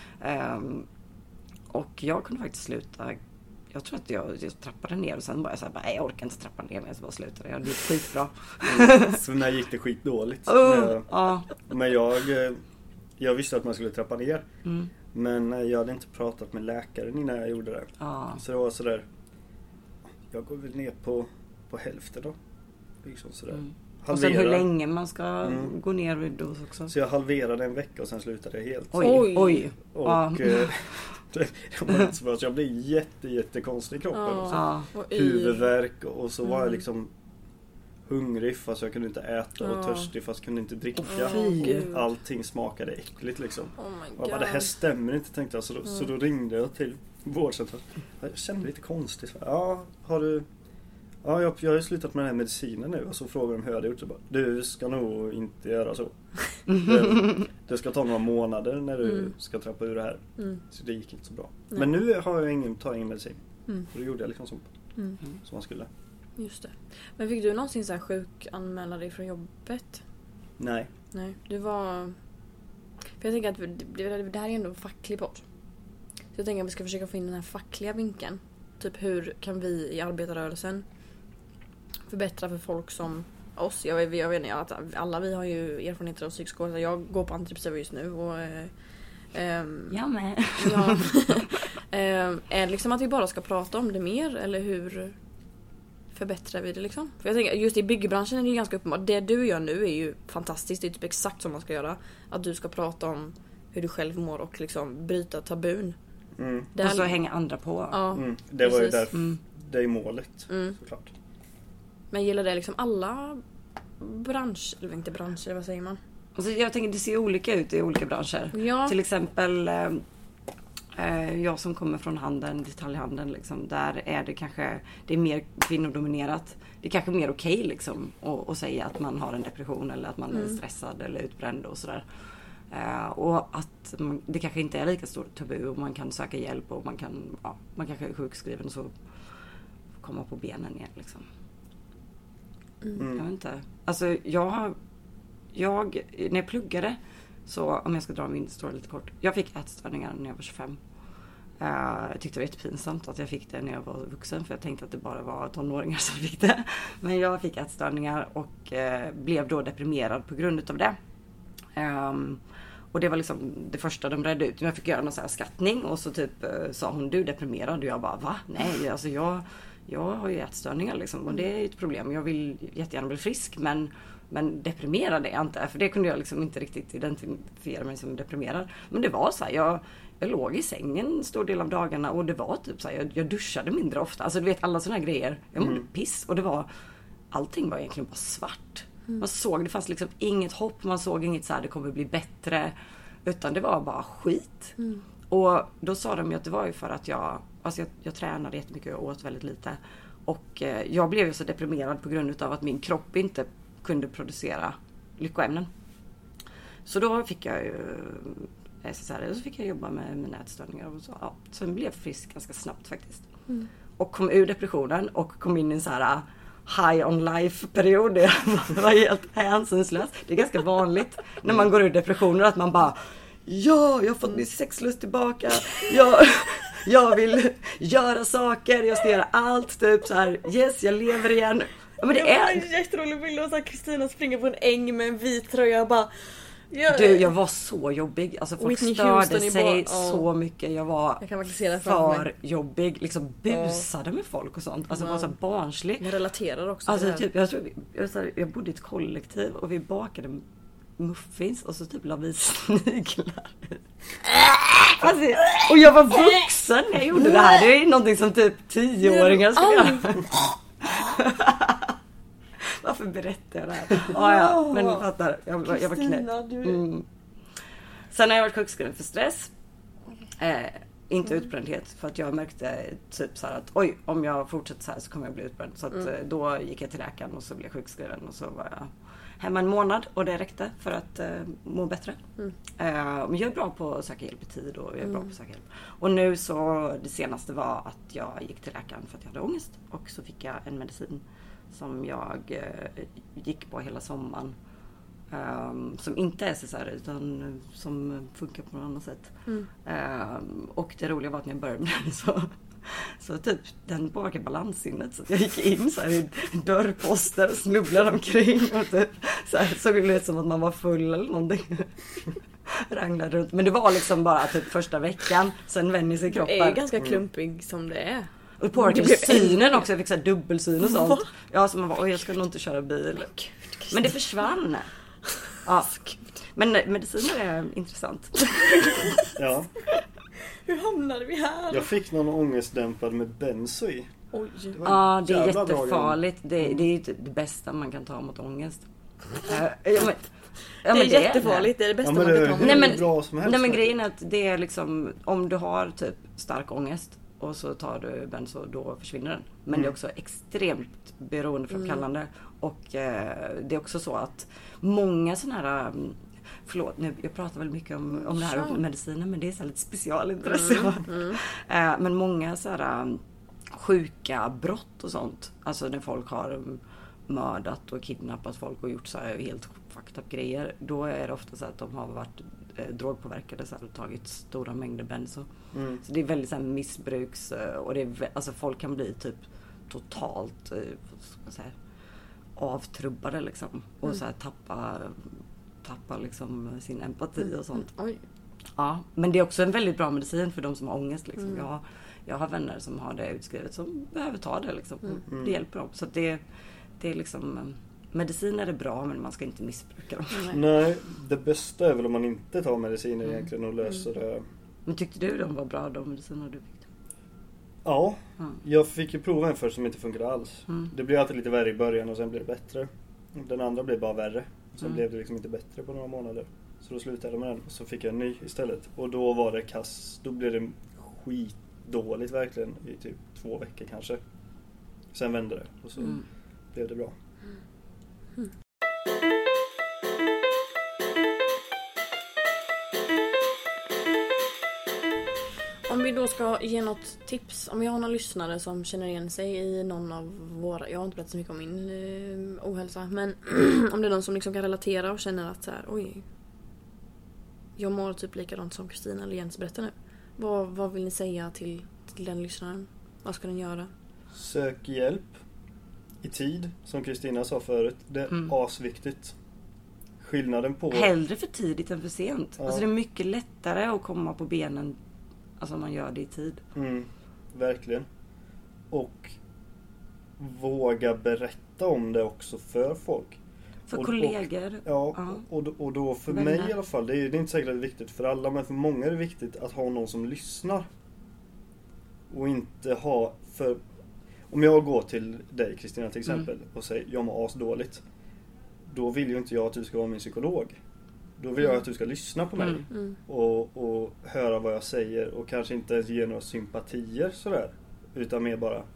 Um, och jag kunde faktiskt sluta. Jag tror att jag, jag trappade ner och sen bara jag så här, nej, jag orkar inte trappa ner, men jag bara slutade. Jag, det gick skitbra. Mm. Så när gick det skitdåligt. Oh, jag, ja. Men jag jag visste att man skulle trappa ner. Mm. Men jag hade inte pratat med läkaren innan jag gjorde det. Ah. Så det var sådär, jag går väl ner på, på hälften då. Liksom sådär. Mm. Och sen hur länge man ska mm. gå ner i dos också. Så jag halverade en vecka och sen slutade jag helt. Oj, oj. oj. Och ah. eh, det var inte så bra, så jag blev jätte, jätte konstig i kroppen. Ah. Och så, huvudvärk och så mm. var jag liksom hungrig fast jag kunde inte äta och törstig fast jag kunde inte dricka. Oh, allting smakade äckligt liksom. Oh my och jag bara, det här stämmer inte, tänkte jag. Så då, mm. så då ringde jag till vårdcentralen. Jag kände lite konstigt. Ja, har du... Ja, jag, jag har ju slutat med den här medicinen nu. Och så frågade de hur jag hade gjort. Så bara, du ska nog inte göra så. det, det ska ta några månader när du mm. ska trappa ur det här. Mm. Så det gick inte så bra. Nej. Men nu har jag ingen, tar ingen medicin. Mm. Och då gjorde jag liksom som, mm. som man skulle. Just det. Men fick du någonsin så här sjukanmäla dig från jobbet? Nej. Nej, du var... För jag tänker att det, det här är ändå en facklig podd. Så jag tänker att vi ska försöka få in den här fackliga vinkeln. Typ hur kan vi i arbetarrörelsen förbättra för folk som oss? Jag, jag vet inte, att alla vi har ju erfarenheter av psykisk ohälsa. Jag går på antidepressiva just nu och... Ähm, jag med. Ja. ähm, är det liksom att vi bara ska prata om det mer? Eller hur förbättrar vi det liksom? För jag tänker, just i byggbranschen är det ju ganska uppenbart. Det du gör nu är ju fantastiskt. Det är typ exakt som man ska göra. Att du ska prata om hur du själv mår och liksom bryta tabun. Mm. Och så hänger andra på. Ja, mm. Det var ju där, mm. det är målet, mm. såklart. Men gäller det liksom alla branscher, eller inte branscher, vad säger man? Alltså jag tänker det ser olika ut i olika branscher. Ja. Till exempel eh, jag som kommer från handeln, detaljhandeln liksom, där är det kanske det är mer kvinnodominerat. Det är kanske mer okej okay, liksom att, att säga att man har en depression eller att man mm. är stressad eller utbränd och sådär. Uh, och att man, det kanske inte är lika stort tabu och man kan söka hjälp och man kan, ja, man kanske är sjukskriven och så komma på benen igen liksom. Mm. Jag vet inte. Alltså jag jag när jag pluggade, så om jag ska dra min story lite kort. Jag fick ätstörningar när jag var tjugofem. Uh, jag tyckte det var jättepinsamt att jag fick det när jag var vuxen, för jag tänkte att det bara var tonåringar som fick det. Men jag fick ätstörningar och uh, blev då deprimerad på grund utav det. Um, och det var liksom det första de redde ut. Jag fick göra någon så här skattning och så typ uh, sa hon, du är deprimerad, och jag bara, va? Nej, alltså jag, jag har ju ätstörningar liksom, och det är ett problem. Jag vill jättegärna bli frisk, men, men deprimerad är jag inte, för det kunde jag liksom inte riktigt identifiera mig som deprimerad. Men det var så här, jag, jag låg i sängen en stor del av dagarna och det var typ så här, jag, jag duschade mindre ofta. Alltså du vet, alla såna här grejer. Jag mådde mm. piss, och det var, allting var egentligen bara svart. Mm. Man såg, det fanns liksom inget hopp, man såg inget så här, det kommer bli bättre, utan det var bara skit. Mm. Och då sa de ju att det var ju för att jag, alltså jag, jag tränade jättemycket och åt väldigt lite. Och eh, jag blev ju så deprimerad på grund av att min kropp inte kunde producera lyckoämnen. Så då fick jag ju S S R I och så fick jag jobba med mina ätstörningar. Och så, ja. Så jag blev frisk ganska snabbt faktiskt. Mm. Och kom ur depressionen och kom in i en så här high on life-period. Det var helt hänsynslös. Det är ganska vanligt när man går ur depressioner att man bara ja, jag har fått min sexlust tillbaka. Jag, jag vill göra saker. Jag ska göra allt. Typ så här, yes, jag lever igen. Ja, men det är en jätterolig bild av Kristina springer på en äng med en vit tröja och bara jag... Du, jag var så jobbig. Alltså folk störde sig bara, oh. så mycket. Jag var jag kan se det för jobbig. Liksom busade oh. med folk och sånt. Alltså wow. var så barnslig. Jag relaterar också alltså, typ, jag, tror, jag, jag, jag bodde i ett kollektiv och vi bakade muffins och så typ la vi sniglar. Alltså, och jag var vuxen när jag gjorde det här. Det är någonting som typ tioåringar ska göra. Varför berättar jag det här? Ah, ja, men du fattar. Jag, jag, jag var knäpp. Mm. Sen har jag varit sjukskriven för stress. Eh, inte mm. utbrändhet. För att jag märkte typ så här att oj, om jag fortsätter så här så kommer jag bli utbränd. Så att, mm. då gick jag till läkaren och så blev jag sjukskriven. Och så var jag hemma en månad och det räckte för att eh, må bättre. Mm. Eh, men jag är bra på att söka hjälp i tid och jag är mm. bra på att söka hjälp. Och nu så, det senaste var att jag gick till läkaren för att jag hade ångest. Och så fick jag en medicin som jag eh, gick på hela sommaren. Um, som inte är S S R utan som funkar på något annat sätt. Mm. Um, och det roliga var att när jag började med den så, så typ den påverkade balanssinnet. Så jag gick in så här i dörrposter och snubblade omkring. Och typ, så här, såg det ut som att man var full eller någonting. Ranglade runt. Men det var liksom bara typ första veckan. Sen vänjer sig kroppen. Det är ganska klumpig mm. som det är. Och påverkade synen också. Jag fick så här dubbelsyn och sånt. Ja, så man var, oj jag ska nog inte köra bil. Men det försvann. Ja. Men mediciner är intressant. Ja. Hur hamnade vi här? Jag fick någon ångestdämpad med benzo i. Oj. Det ja, det är jättefarligt. Det, det är ju det bästa man kan ta mot ångest. uh, ja, men, ja, det är det jättefarligt. Det är det bästa ja, man kan ta mot. Nej men, bra som helst, nej, men grejen är att det är liksom om du har typ stark ångest och så tar du benzo, då försvinner den. Men mm. det är också extremt beroendeframkallande. Mm. Och eh, det är också så att många sådana här, förlåt nu, jag pratar väl mycket om, om det här om mediciner, men det är så lite specialintresse. Mm. Mm. eh, men många så här sjuka brott och sånt, alltså när folk har mördat och kidnappat folk och gjort så här helt fucked up grejer, då är det ofta så att de har varit eh, drogpåverkade så här, och tagit stora mängder benzo. Mm. Så det är väldigt så här missbruks och det är, alltså folk kan bli typ totalt eh, ska jag säga, avtrubbade liksom och mm. så här tappa tappa liksom sin empati mm. och sånt. Oj. Ja, men det är också en väldigt bra medicin för de som har ångest liksom. Mm. Jag har, jag har vänner som har det utskrivet som behöver ta det liksom. Mm. Det hjälper dem. Så att det det är liksom mediciner är bra men man ska inte missbruka dem. Nej, Nej det bästa är väl om man inte tar mediciner mm. egentligen och löser mm. det. Men tyckte du de var bra de mediciner du fick? Ja, mm. jag fick ju prova en först som inte funkade alls. Mm. Det blev alltid lite värre i början och sen blev det bättre. Den andra blev bara värre. Sen mm. blev det liksom inte bättre på några månader. Så då slutade jag med den och så fick jag en ny istället. Och då var det kass. Då blev det skitdåligt verkligen i typ två veckor kanske. Sen vände det och så mm. blev det bra. Mm. Om vi då ska ge något tips, om vi har någon lyssnare som känner igen sig i någon av våra, jag har inte berättat så mycket om min eh, ohälsa, men om det är någon som liksom kan relatera och känner att så här, oj, jag mår typ likadant som Kristina eller Jens berättar nu. Vad, vad vill ni säga till, till den lyssnaren? Vad ska den göra? Sök hjälp i tid, som Kristina sa förut. Det är mm. asviktigt. Skillnaden på... Hellre för tidigt än för sent. Ja. Alltså det är mycket lättare att komma på benen. Alltså man gör det i tid. Mm, verkligen. Och våga berätta om det också för folk. För och, kollegor. Och, ja, ja. Och, och då för Vänner. mig i alla fall. Det är, det är inte säkert att det är viktigt för alla. Men för många är det viktigt att ha någon som lyssnar. Och inte ha... för om jag går till dig Kristina till exempel. Mm. Och säger jag mår asdåligt. Då vill ju inte jag att du ska vara min psykolog. Då vill jag att du ska lyssna på mig mm, mm. Och, och höra vad jag säger och kanske inte ens ge några sympatier sådär, utan mer bara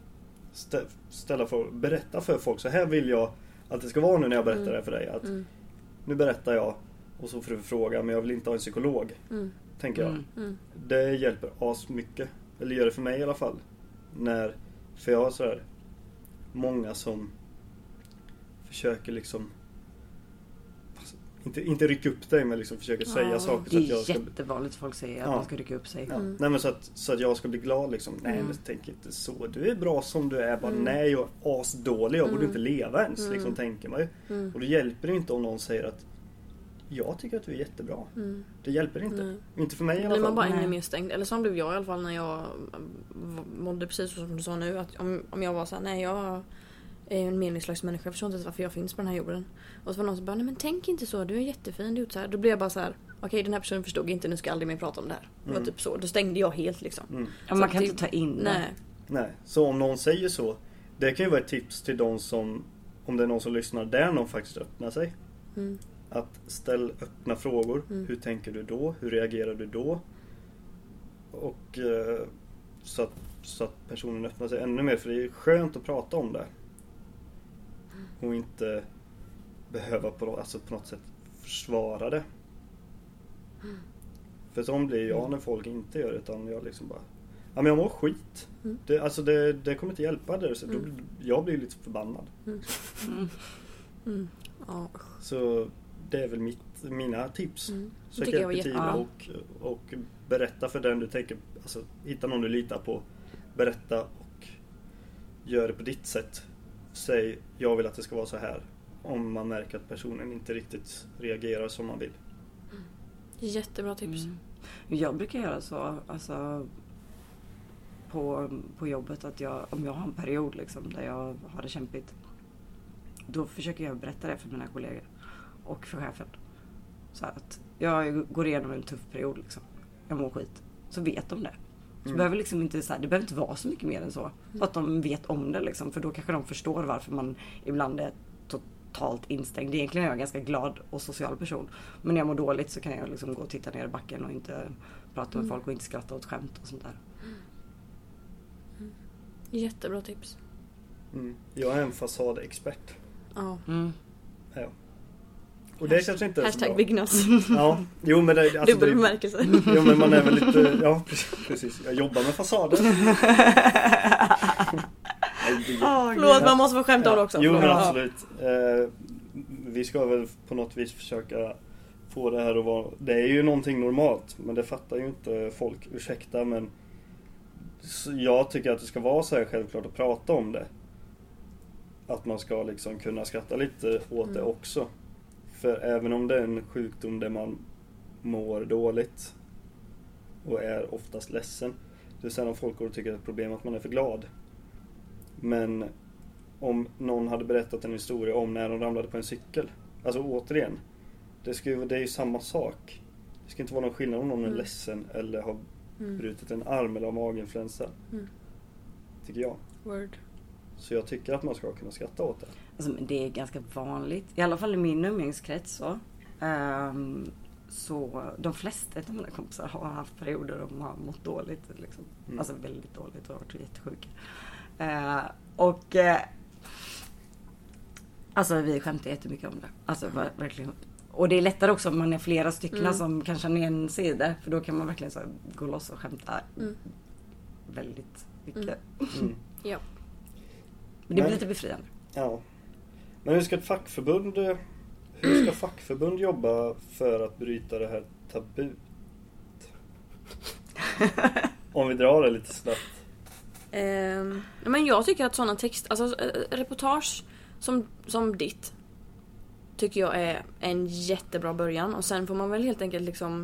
stä- ställa för, berätta för folk, så här vill jag att det ska vara nu när jag berättar Mm. det för dig. Att Mm. nu berättar jag och så får du fråga, men jag vill inte ha en psykolog. Mm. Tänker jag. Mm. Mm. Det hjälper as mycket. Eller gör det för mig i alla fall. När, för jag har så här många som försöker liksom inte, inte rycka upp dig, men liksom försöker Ja, säga saker Det så att jag är ska, jättevanligt folk säger att Ja. man ska rycka upp sig. ja, Mm. nej, men så, att, så att jag ska bli glad liksom. Nej, Mm. men tänk inte så. Du är bra som du är. Bara, Mm. nej, jag är asdålig. Jag borde Mm. inte leva ens. Mm. Liksom, tänker man ju. Mm. Och det hjälper det inte om någon säger att jag tycker att du är jättebra. Mm. Det hjälper inte. Nej. Inte för mig i Då alla blir man fall. bara Nej. ännu mer stängd. Eller så blev jag i alla fall när jag mådde precis som du sa nu. Att om, om jag var så här, nej jag är en meningslös människa. Jag förstår inte ens varför jag finns på den här jorden. Och så var någon som bara, nej men tänk inte så. Du är jättefin, du är så här. Då blev jag bara så här, okej okay, den här personen förstod inte, nu ska jag aldrig mer prata om det här. Det var Mm. typ så. Då stängde jag helt liksom. Mm. Ja, Så man att kan det- inte ta in det. Nej. Nej, så om någon säger så, det kan ju vara ett tips till de som, om det är någon som lyssnar där någon faktiskt öppnar sig. Mm. Att ställ öppna frågor. Mm. Hur tänker du då? Hur reagerar du då? Och eh, så, att, så att personen öppnar sig ännu mer, för det är skönt att prata om det. Och inte behöva på, alltså på något sätt försvara det. För så blir jag när folk inte gör det, utan jag liksom bara, ja men jag mår skit. Mm. Det, alltså det, det kommer inte hjälpa det. Så Mm. då, jag blir lite förbannad. Mm. Mm. Ja. Så det är väl mitt, mina tips. Mm. Det Sök tycker jag hjälp var i tid jättebra. och, och berätta för den du tänker, alltså hitta någon du litar på. Berätta och gör det på ditt sätt. Säg, jag vill att det ska vara så här. Om man märker att personen inte riktigt reagerar som man vill. Jättebra tips. Mm. Jag brukar göra så, alltså på, på jobbet, att jag, om jag har en period liksom, där jag har det kämpigt, då försöker jag berätta det för mina kollegor och för chefen. Så att jag går igenom en tuff period liksom. Jag mår skit. Så vet de det. Så Mm. behöver liksom inte, så här, det behöver inte vara så mycket mer än så. För att de vet om det liksom. För då kanske de förstår varför man ibland är totalt instängd. Egentligen är jag en ganska glad och social person. Men när jag mår dåligt så kan jag liksom gå och titta ner i backen och inte prata med Mm. folk och inte skratta åt skämt och sånt där. Jättebra tips. Mm. Jag är en fasadexpert. Ja. Mm. Ja. Och det kanske inte är så Hashtag bra. Vignas. Ja, jo men det, alltså Dubbel det, bemärkelse. jo men man är väl lite, ja precis. Jag jobbar med fasader. Nej, det- Förlåt, man måste få skämta om det också. Jo men Förlåt. absolut. Eh, vi ska väl på något vis försöka få det här att vara, det är ju någonting normalt, men det fattar ju inte folk, ursäkta, men så jag tycker att det ska vara så här självklart att prata om det. Att man ska liksom kunna skratta lite åt Mm. det också. För även om det är en sjukdom där man mår dåligt och är oftast ledsen, det är sen om folk går och tycker att det är ett problem att man är för glad. Men om någon hade berättat en historia om när de ramlade på en cykel, alltså återigen, det, ska ju, det är ju samma sak. Det ska inte vara någon skillnad om någon är Mm. ledsen eller har Mm. brutit en arm eller har maginfluensa. Mm. Tycker jag. Word. Så jag tycker att man ska kunna skratta åt det. Alltså, men det är ganska vanligt. I alla fall i min umgängeskrets så. Ehm, så de flesta av mina kompisar har haft perioder där de har mått dåligt. Liksom. Mm. Alltså väldigt dåligt och varit jättesjuka. Ehm, och eh, alltså vi skämtar jättemycket om det. Alltså ver- verkligen. Och det är lättare också om man är flera stycken Mm. som kan känna igen sig i det. För då kan man verkligen så här, gå loss och skämta Mm. väldigt mycket. Mm. Mm. Ja. Men det blir Men- lite befriande. Ja. Men hur ska ett fackförbund hur ska fackförbund jobba för att bryta det här tabut? Om vi drar det lite snabbt. Ehm, men jag tycker att sådana text, alltså eh, reportage som, som ditt tycker jag är en jättebra början. Och sen får man väl helt enkelt liksom,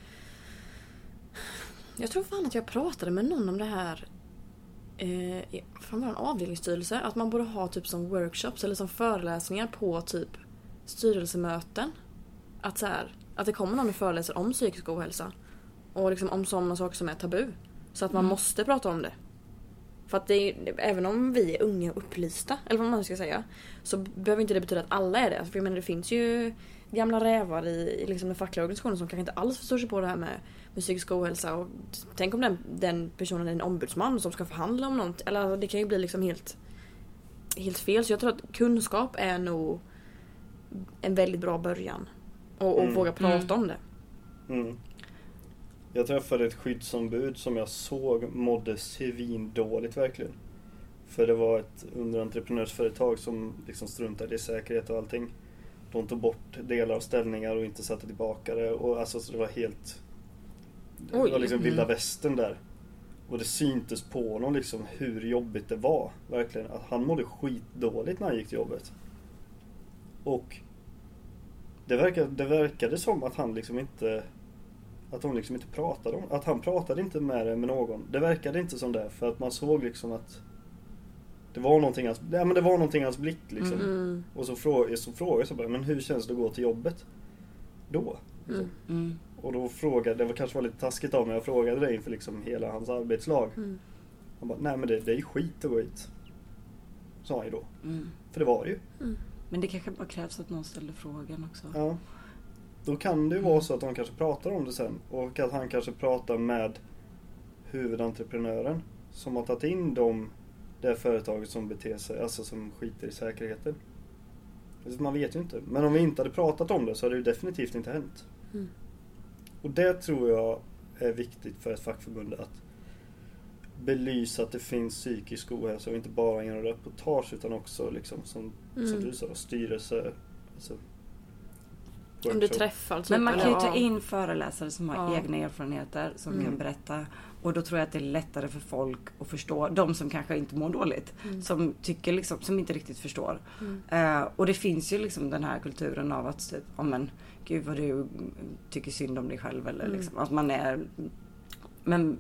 jag tror fan att jag pratade med någon om det här eh, i- från vår avdelningsstyrelse, att man borde ha typ som workshops eller som föreläsningar på typ styrelsemöten. Att så här, att det kommer någon och föreläser om psykisk ohälsa och liksom om sådana saker som är tabu. Så att man Mm. måste prata om det. För att det är, även om vi är unga och upplysta, eller vad man ska säga, så behöver inte det betyda att alla är det. För jag menar, det finns ju gamla rävar i, i liksom den fackliga organisationen som kanske inte alls förstår sig på det här med, med psykisk ohälsa. Och tänk om den, den personen är en ombudsman som ska förhandla om något. Eller det kan ju bli liksom helt, helt fel. Så jag tror att kunskap är nog en väldigt bra början. Och, och Mm. våga prata Mm. om det. Mm. Jag träffade ett skyddsombud som jag såg mådde svindåligt verkligen. För det var ett underentreprenörsföretag som liksom struntade i säkerhet och allting. De tog bort delar av ställningar och inte satte tillbaka det. Och alltså så det var helt... Det Oj. var liksom vilda Mm. västern där. Och det syntes på honom liksom hur jobbigt det var. Verkligen. Att han mådde skitdåligt när han gick till jobbet. Och det verkade, det verkade som att han liksom inte... Att de liksom inte pratade om... Att han pratade inte med det med någon. Det verkade inte som det. För att man såg liksom att... Det var någonting i hans, ja, men det var någonting i hans blick liksom. Mm. Och så frågade så frågade jag så bara, men hur känns det att gå till jobbet då? Liksom. Mm. Mm. Och då frågade, det var kanske var lite taskigt av mig, jag frågade det inför liksom hela hans arbetslag. Mm. Han bara, nej men det, det är ju skit att gå hit. Sa han ju då. Mm. För det var det ju. Mm. Men det kanske bara krävs att någon ställer frågan också. Ja. Då kan det ju vara så att de kanske pratar om det sen. Och att han kanske pratar med huvudentreprenören som har tagit in dem, det företaget som beter sig, alltså som skiter i säkerheten. Man vet ju inte. Men om vi inte hade pratat om det så hade det ju definitivt inte hänt. Mm. Och det tror jag är viktigt för ett fackförbund, att belysa att det finns psykisk ohälsa och inte bara genom reportage utan också liksom som, Mm. som du sa, styrelse, alltså Om du träffar typ, Men man kan ju eller- ta in föreläsare som har Ja. egna erfarenheter som Mm. kan berätta. Och då tror jag att det är lättare för folk att förstå. De som kanske inte mår dåligt. Mm. Som tycker liksom, som inte riktigt förstår. Mm. Eh, och det finns ju liksom den här kulturen av att typ, oh, men gud vad du tycker synd om dig själv. Eller Mm. liksom, att man är... Men...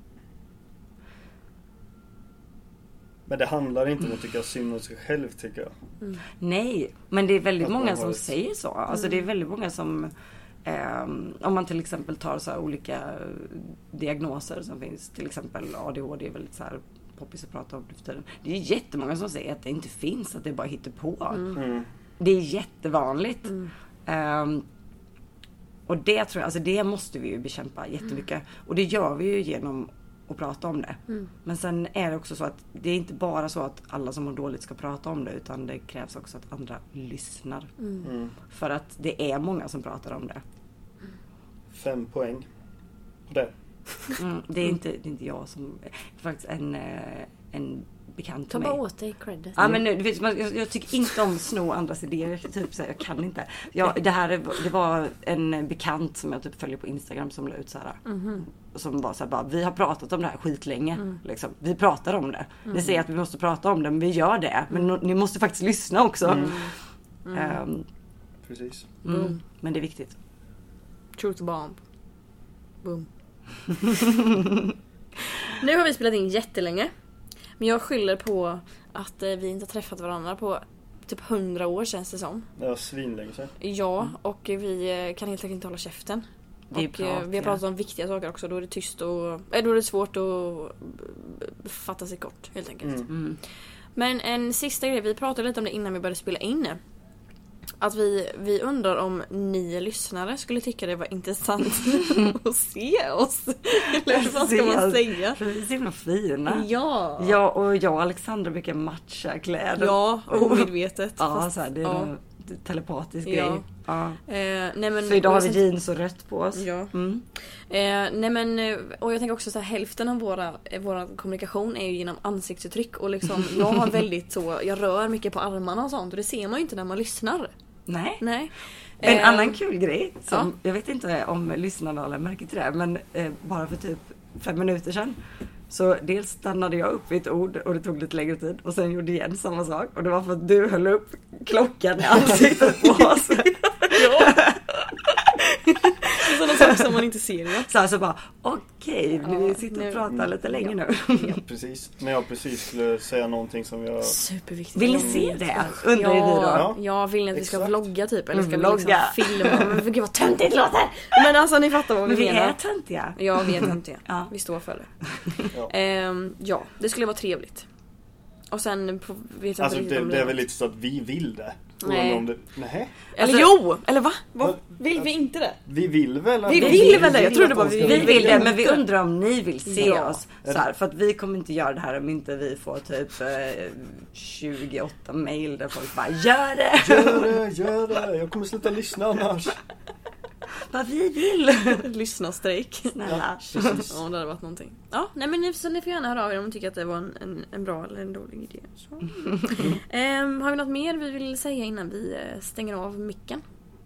Men det handlar inte om att tycka synd om sig själv, tycker jag. Mm. Nej, men det är väldigt Att man många har som ett- säger så. Alltså Mm. det är väldigt många som... ehm, om man till exempel tar så här olika diagnoser som finns. Till exempel A D H D är väldigt så här poppis att prata om det för tiden. Det är jättemånga som säger att det inte finns, att det bara hittar på. Mm. Mm. Det är jättevanligt. Mm. Ehm, och det tror jag, alltså det måste vi ju bekämpa jättemycket. Och det gör vi ju genom att prata om det. Mm. Men sen är det också så att det är inte bara så att alla som mår dåligt ska prata om det, utan det krävs också att andra lyssnar. Mm. Mm. För att det är många som pratar om det. Fem poäng på det. Mm, det, är inte, det är inte jag som... Faktiskt en, eh, en bekant Ta till bara mig. åt dig credit. Ja, men nu, du vet, man- jag, jag tycker inte om att sno andras idéer. Jag, typ, så här, jag kan inte. Jag, det här är- det var en bekant som jag typ följer på Instagram som la ut så här. Mhm. Som var så här bara, vi har pratat om det här skitlänge. Mm. Liksom. Vi pratar om det. Ni säger att vi måste prata om det, men vi gör det. Men no, ni måste faktiskt lyssna också. Mm. Mm. Ehm, Precis. mm, Boom. men det är viktigt. Truth bomb. Boom. Nu har vi spelat in jättelänge. Men jag skyller på att eh, vi inte har träffat varandra på typ hundra år, känns det som. Det var svinlänge sedan. Ja, och vi eh, kan helt enkelt inte hålla käften. Vi är och, eh, vi har pratiga. pratat om viktiga saker också. Då är det tyst och... Eh, då är det svårt att eh, fatta sig kort, helt enkelt. Mm. Mm. Men en sista grej, vi pratade lite om det innan vi började spela in. Att vi, vi undrar om ni lyssnare skulle tycka det var intressant att se oss. Eller vad ska man säga? För vi är så himla fina. Ja. Ja, och jag och Alexandra brukar matcha kläder. Ja, omedvetet. Ja, fast- så här, det är ja. en telepatisk Ja. grej. Ja. Eh, nej men, Så idag och har jag vi sen- jeans och rött på oss. Ja. Mm. Eh, nej men, eh, och jag tänker också så här, hälften av våra, eh, våra kommunikation är ju genom ansiktsuttryck. Och liksom, jag har väldigt så, jag rör mycket på armarna och sånt. Och det ser man ju inte när man lyssnar. Nej. Nej. En Eh, annan kul grej, som, ja. jag vet inte om lyssnarna alla märker till det, men eh, bara för typ fem minuter sedan. Så dels stannade jag upp i ett ord och det tog lite längre tid. Och sen gjorde igen samma sak. Och det var för att du höll upp klockan i ansiktet på oss. Ja. Sådana saker som man inte ser. Ja. Så här så bara, och Okej, okay, vi sitter och pratar lite länge nu. Ja, precis. När jag precis skulle säga någonting som jag... Superviktigt. Vill ni se det? Undrar ja, vi då. Ja, jag vill att vi ska exakt. vlogga typ. Eller ska Vlogga. vi liksom filma. Men gud vad töntigt låter. Men alltså ni fattar vad vi, vi menar. är töntiga. Ja, vi är töntiga. Ja. Vi står för det. Ja. Ehm, ja, det skulle vara trevligt. Och sen på, vet jag Alltså inte det, om det är väl lite så att vi vill det. Nej. Om det nej. Eller Alltså- jo! Eller va? va? Vad- Vill vi inte det? Vi vill väl att Vi de- vill väl det, jag vill trodde att bara de vi ska- Vi vill det, men vi inte. undrar om ni vill se Ja. oss. Så här, för att vi kommer inte göra det här om inte vi får typ eh, tjugoåtta mejl där folk bara gör det! Gör det, gör det. Jag kommer sluta lyssna annars. Vad vi vill! Lyssna strejk. Snälla. Precis. Ja, det hade varit någonting. Ja, nej men ni, så ni får gärna höra av er om ni tycker att det var en, en, en bra eller en dålig idé. Så. Ehm, har vi något mer vi vill säga innan vi eh, stänger av micken?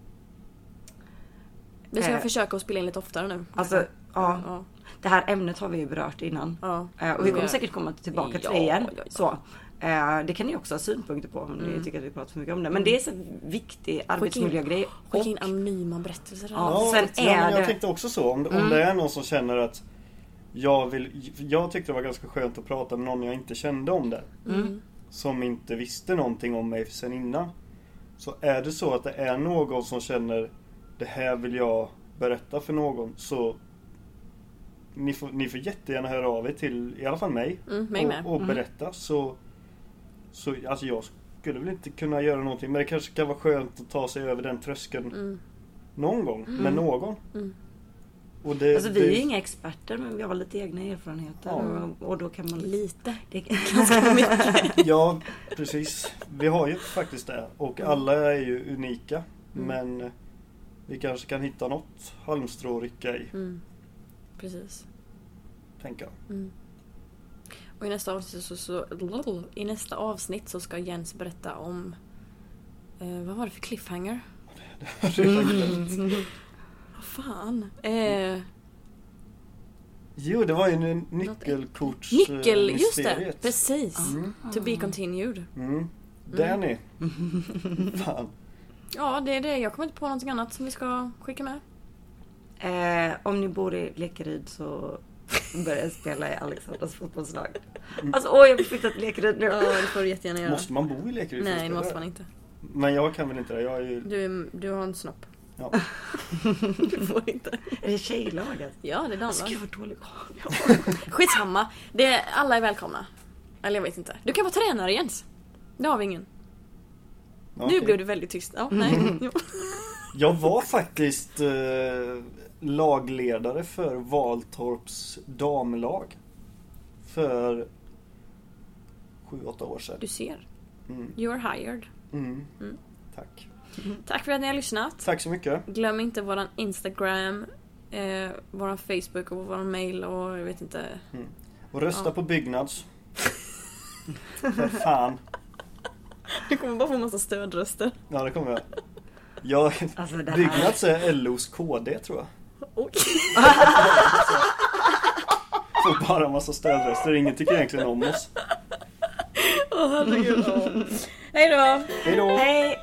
Vi ska Eh. försöka att spela in lite oftare nu. Alltså, ja. Ja. Det här ämnet har vi ju berört innan. Ja. Eh, och vi kommer säkert komma tillbaka till Ja, det igen. ja, ja. Så. Eh, det kan ni också ha synpunkter på om ni tycker att vi pratar för mycket om det. Men det är så viktig arbetsmiljögrej. Skicka in Och anonyma berättelser. Ja, Ja, sen ja, är men jag det- tänkte också så. Om, om det är någon som känner att jag vill... Jag tyckte det var ganska skönt att prata med någon jag inte kände om det. Mm. Som inte visste någonting om mig sen innan. Så är det så att det är någon som känner det här vill jag berätta för någon, så ni får, ni får jättegärna höra av er till i alla fall mig, Mm, mig med. och, och berätta. Så, så alltså jag skulle väl inte kunna göra någonting, men det kanske kan vara skönt att ta sig över den tröskeln Mm. någon gång med någon. Mm. Och det, alltså, vi det, är ju inga experter, men vi har lite egna erfarenheter. Ja. Och, och då kan man... Lite. Det, Ja, precis. Vi har ju faktiskt det. Och alla är ju unika. Mm. Men vi kanske kan hitta något halmstrå att rycka i, Mm. Precis. tänker jag. Mm. Och i nästa avsnitt så, så, i nästa avsnitt så ska Jens berätta om eh, vad var det för cliffhanger? Vad fan? Eh, Jo, det var ju en nyckelkorts nyckel, eh, just det. mysteriet. Precis. Mm. To be continued. Mm. Danny. Fan. Ja, det är det. Jag kommer inte på någonting annat som vi ska skicka med. eh, om ni bor i Lekeryd så börjar jag spela i Alexandras fotbollslag. Alltså, åh, jag vill flytta till Lekeryd nu. Ja, det får du jättegärna göra. Måste man bo i Lekeryd? för att Nej, det spela måste där? man inte. Men jag kan väl inte det. Jag är ju... Du, är- du har en snopp. Ja. Du får inte. Är det tjejlaget? Ja, det är Alltså, gud damlag. vad dålig. Skitsamma. Det, alla är välkomna. Eller jag vet inte. Du kan vara tränare, Jens. Det har vi ingen. Ja, Nu okej. blev du väldigt tyst. Ja, nej. Jo. Jag var faktiskt eh, lagledare för Valtorps damlag. För sju, åtta år sedan. Du ser. Mm. You're hired. Mm. Mm. Tack. Tack för att ni har lyssnat. Tack så mycket. Glöm inte våran Instagram, eh, våran Facebook och våran mail och jag vet inte. Och rösta Ja. på Byggnads. För fan. Du kommer bara få en massa stödröster. Ja, det kommer jag. jag Alltså, det här... Byggnads är L O's K D, tror jag. Oj. Får bara en massa stödröster. Ingen tycker egentligen om oss. Åh herregud. Hej då. Hej då! Hej!